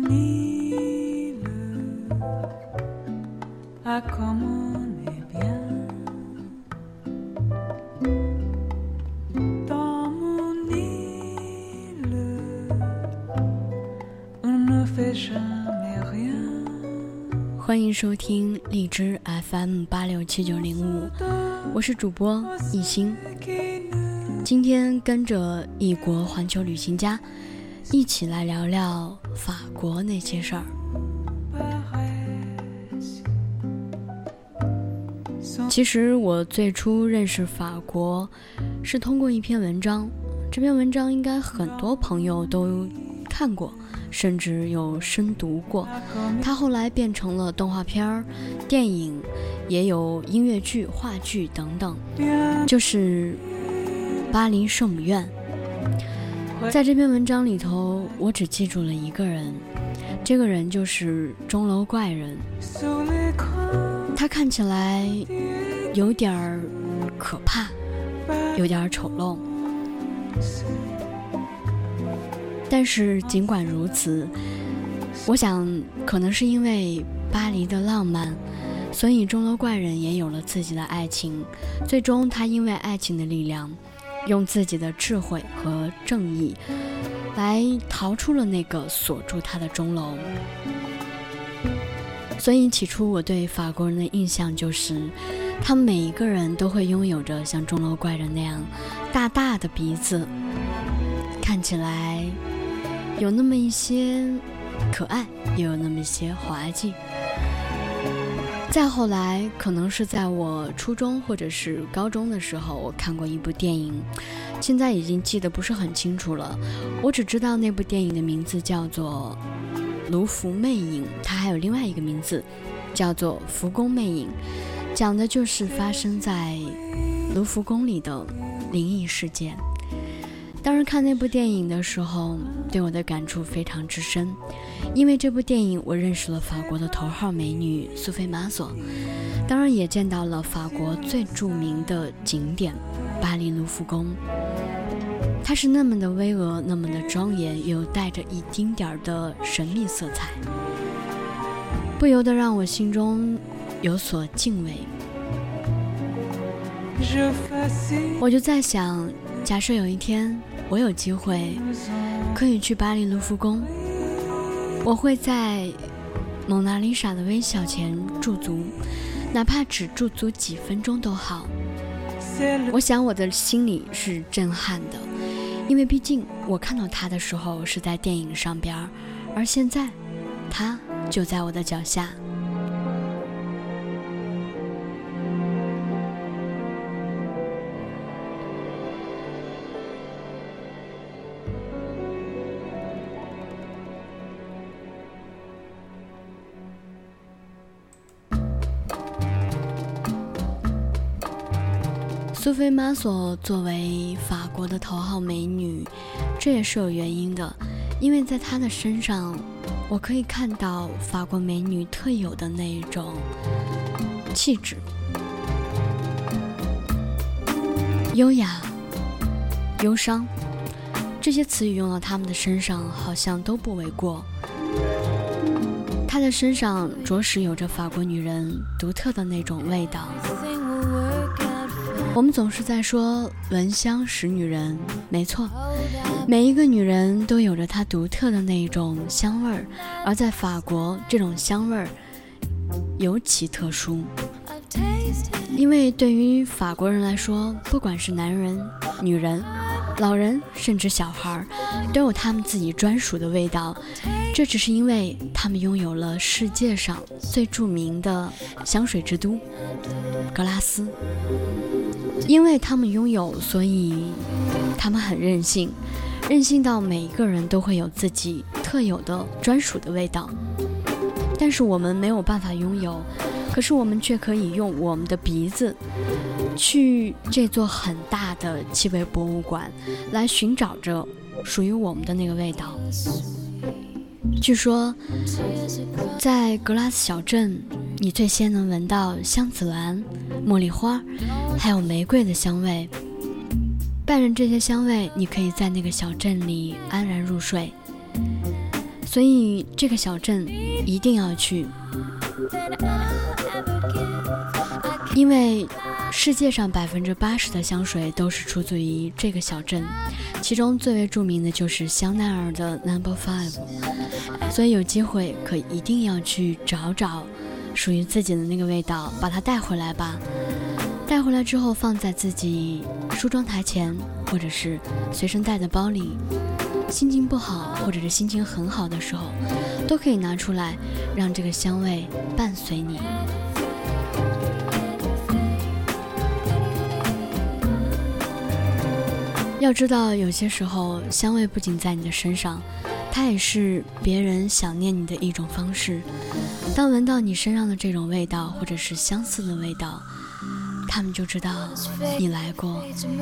欢迎收听荔枝 FM867905，我是主播一心。今天跟着异国环球旅行家一起来聊聊法国那些事儿。其实我最初认识法国是通过一篇文章，这篇文章应该很多朋友都看过，甚至有深读过。它后来变成了动画片、电影，也有音乐剧、话剧等等，就是巴黎圣母院。在这篇文章里头，我只记住了一个人，这个人就是钟楼怪人。他看起来有点可怕，有点丑陋，但是尽管如此，我想可能是因为巴黎的浪漫，所以钟楼怪人也有了自己的爱情。最终他因为爱情的力量，用自己的智慧和正义来逃出了那个锁住他的钟楼。所以起初我对法国人的印象就是，他们每一个人都会拥有着像钟楼怪人那样大大的鼻子，看起来有那么一些可爱，也有那么一些滑稽。再后来，可能是在我初中或者是高中的时候，我看过一部电影，现在已经记得不是很清楚了。我只知道那部电影的名字叫做《卢浮魅影》，它还有另外一个名字叫做《浮宫魅影》，讲的就是发生在卢浮宫里的灵异事件。当时看那部电影的时候，对我的感触非常之深，因为这部电影我认识了法国的头号美女苏菲玛索，当然也见到了法国最著名的景点巴黎卢浮宫。它是那么的巍峨，那么的庄严，又带着一丁点的神秘色彩，不由得让我心中有所敬畏。我就在想，假设有一天我有机会可以去巴黎卢浮宫，我会在蒙娜丽莎的微笑前驻足，哪怕只驻足几分钟都好。我想我的心里是震撼的，因为毕竟我看到她的时候是在电影上边，而现在她就在我的脚下。苏菲玛索作为法国的头号美女，这也是有原因的，因为在她的身上，我可以看到法国美女特有的那一种气质，优雅、忧伤，这些词语用到她们的身上好像都不为过。她的身上着实有着法国女人独特的那种味道。我们总是在说闻香识女人，没错，每一个女人都有着她独特的那一种香味儿，而在法国这种香味儿尤其特殊，因为对于法国人来说，不管是男人、女人、老人，甚至小孩，都有他们自己专属的味道。这只是因为他们拥有了世界上最著名的香水之都格拉斯，因为他们拥有，所以他们很任性，任性到每一个人都会有自己特有的专属的味道。但是我们没有办法拥有，可是我们却可以用我们的鼻子去这座很大的气味博物馆来寻找着属于我们的那个味道。据说在格拉斯小镇，你最先能闻到香子兰、茉莉花还有玫瑰的香味，伴着这些香味，你可以在那个小镇里安然入睡。 所以这个小镇一定要去，因为世界上80%的香水都是出自于这个小镇，其中最为著名的就是香奈儿的 No.5， 所以有机会可一定要去找找属于自己的那个味道，把它带回来吧。带回来之后放在自己梳妆台前，或者是随身带的包里，心情不好或者是心情很好的时候，都可以拿出来，让这个香味伴随你。要知道，有些时候香味不仅在你的身上，它也是别人想念你的一种方式。当闻到你身上的这种味道，或者是相似的味道，他们就知道你来过。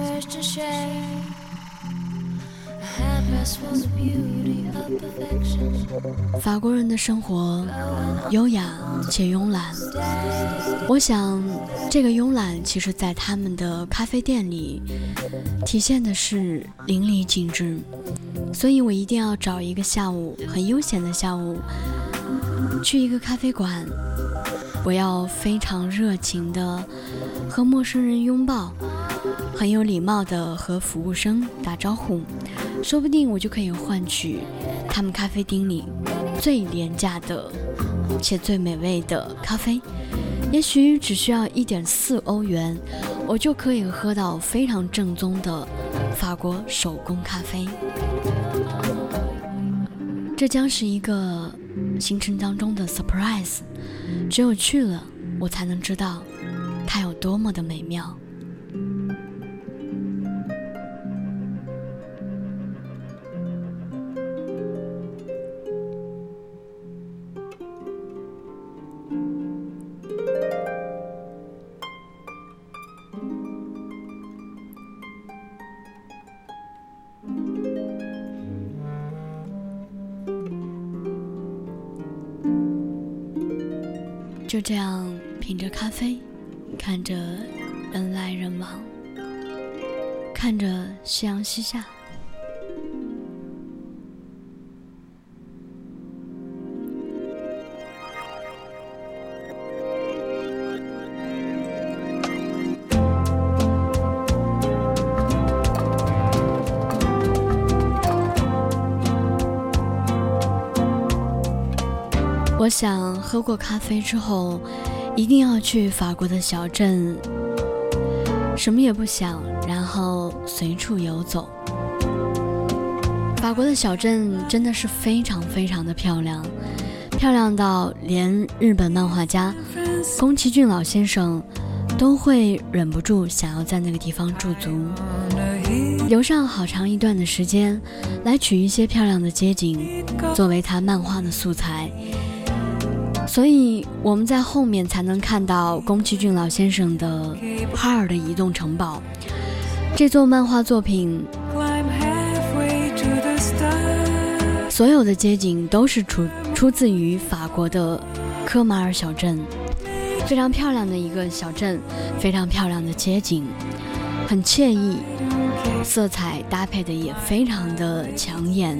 法国人的生活优雅且慵懒，我想这个慵懒其实在他们的咖啡店里体现的是淋漓尽致，所以我一定要找一个下午很悠闲的下午，去一个咖啡馆，我要非常热情的和陌生人拥抱，很有礼貌的和服务生打招呼，说不定我就可以换取他们咖啡厅里最廉价的且最美味的咖啡，也许只需要1.4欧元，我就可以喝到非常正宗的法国手工咖啡。这将是一个行程当中的 surprise， 只有去了我才能知道它有多么的美妙。就这样品着咖啡，看着人来人往，看着夕阳西下。我想喝过咖啡之后一定要去法国的小镇，什么也不想，然后随处游走。法国的小镇真的是非常非常的漂亮，漂亮到连日本漫画家宫崎骏老先生都会忍不住想要在那个地方驻足，留上好长一段的时间来取一些漂亮的街景作为他漫画的素材。所以我们在后面才能看到宫崎骏老先生的哈尔的移动城堡，这座漫画作品所有的街景都是出自于法国的科马尔小镇，非常漂亮的一个小镇，非常漂亮的街景，很惬意，色彩搭配的也非常的抢眼。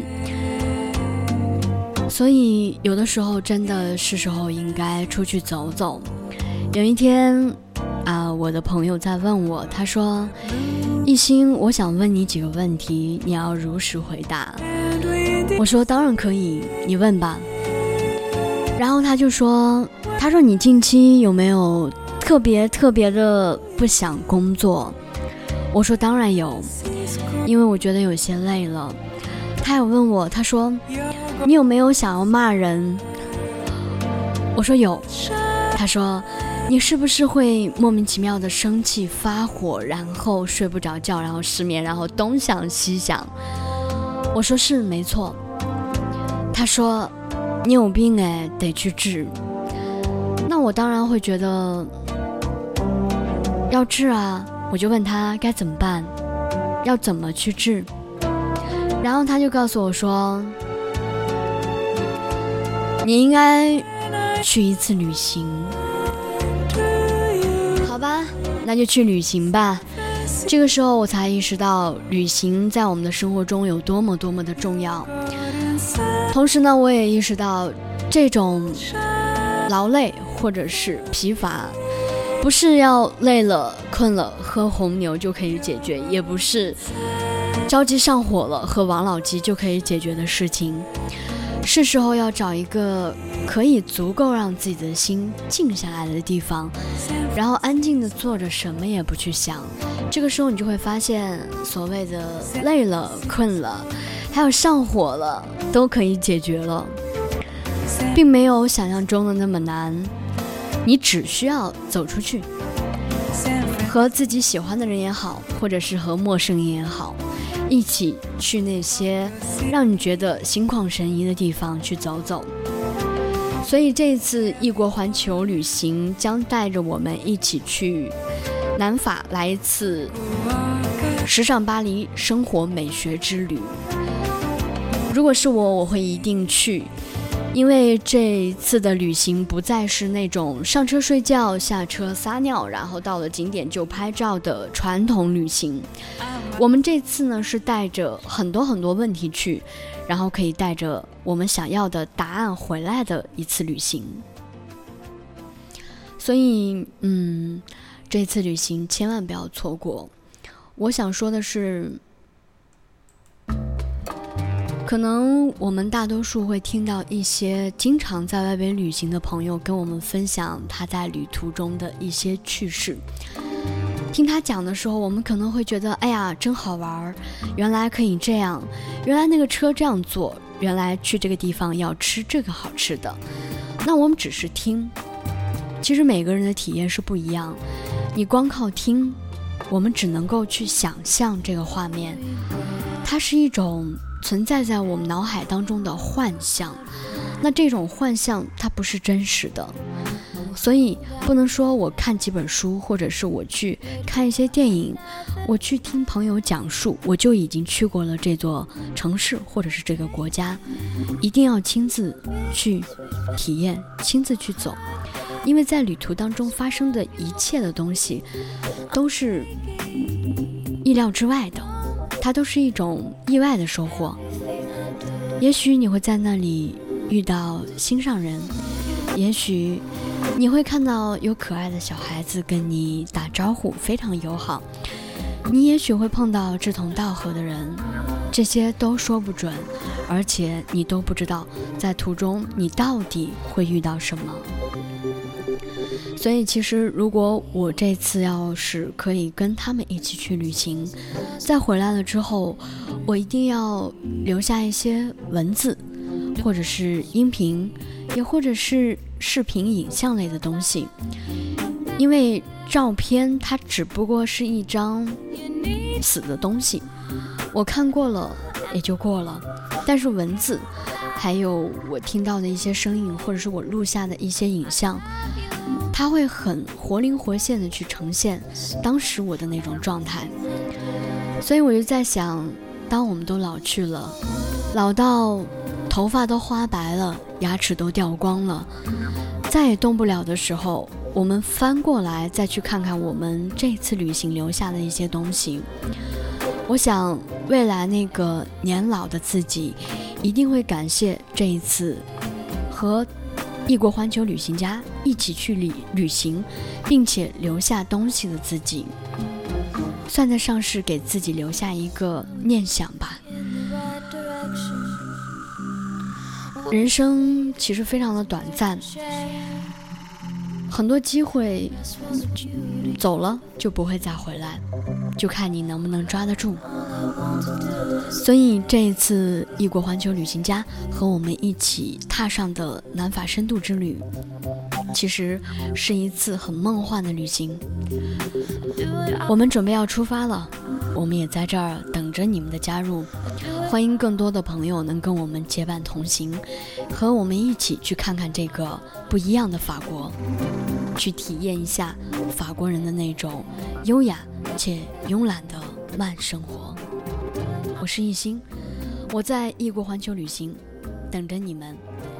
所以有的时候真的是时候应该出去走走。有一天我的朋友在问我，他说，一心，我想问你几个问题，你要如实回答。我说当然可以，你问吧。然后他说你近期有没有特别的不想工作？我说当然有，因为我觉得有些累了。他有问我，他说你有没有想要骂人？我说有。他说你是不是会莫名其妙的生气发火，然后睡不着觉，然后失眠，然后东想西想？我说是没错。他说你有病得去治。那我当然会觉得要治啊，我就问他该怎么办，要怎么去治。然后他就告诉我说，你应该去一次旅行。好吧，那就去旅行吧。这个时候我才意识到旅行在我们的生活中有多么的重要。 同时呢，我也意识到这种劳累或者是疲乏，不是要累了困了喝红牛就可以解决，也不是着急上火了喝王老吉就可以解决的事情。是时候要找一个可以足够让自己的心静下来的地方，然后安静的坐着，什么也不去想。这个时候你就会发现，所谓的累了困了还有上火了都可以解决了，并没有想象中的那么难。你只需要走出去，和自己喜欢的人也好，或者是和陌生人也好，一起去那些让你觉得心旷神怡的地方去走走。所以这一次异国环球旅行将带着我们一起去南法，来一次时尚巴黎生活美学之旅。如果是我会一定去，因为这一次的旅行不再是那种上车睡觉下车撒尿然后到了景点就拍照的传统旅行。我们这次呢是带着很多问题去，然后可以带着我们想要的答案回来的一次旅行。所以这次旅行千万不要错过。我想说的是，可能我们大多数会听到一些经常在外边旅行的朋友跟我们分享他在旅途中的一些趣事。听他讲的时候，我们可能会觉得，哎呀，真好玩，原来可以这样，原来那个车这样坐，原来去这个地方要吃这个好吃的。那我们只是听，其实每个人的体验是不一样。你光靠听，我们只能够去想象这个画面，它是一种存在在我们脑海当中的幻象。那这种幻象它不是真实的，所以不能说我看几本书，或者是我去看一些电影，我去听朋友讲述，我就已经去过了这座城市或者是这个国家。一定要亲自去体验，亲自去走，因为在旅途当中发生的一切的东西都是意料之外的，它都是一种意外的收获。也许你会在那里遇到心上人，也许你会看到有可爱的小孩子跟你打招呼，非常友好，你也许会碰到志同道合的人，这些都说不准，而且你都不知道在途中你到底会遇到什么。所以其实如果我这次要是可以跟他们一起去旅行，再回来了之后，我一定要留下一些文字，或者是音频，也或者是视频影像类的东西。因为照片它只不过是一张死的东西，我看过了也就过了，但是文字还有我听到的一些声音，或者是我录下的一些影像，它会很活灵活现的去呈现当时我的那种状态。所以我就在想，当我们都老去了，老到头发都花白了，牙齿都掉光了，再也动不了的时候，我们翻过来再去看看我们这次旅行留下的一些东西，我想未来那个年老的自己一定会感谢这一次和异国环球旅行家一起去旅行并且留下东西的自己，算得上是给自己留下一个念想吧。人生其实非常的短暂，很多机会走了就不会再回来，就看你能不能抓得住。所以这一次异国环球旅行家和我们一起踏上的南法深度之旅，其实是一次很梦幻的旅行。我们准备要出发了，我们也在这儿等着你们的加入。欢迎更多的朋友能跟我们结伴同行，和我们一起去看看这个不一样的法国，去体验一下法国人的那种优雅且慵懒的慢生活。我是艺兴，我在异国环球旅行等着你们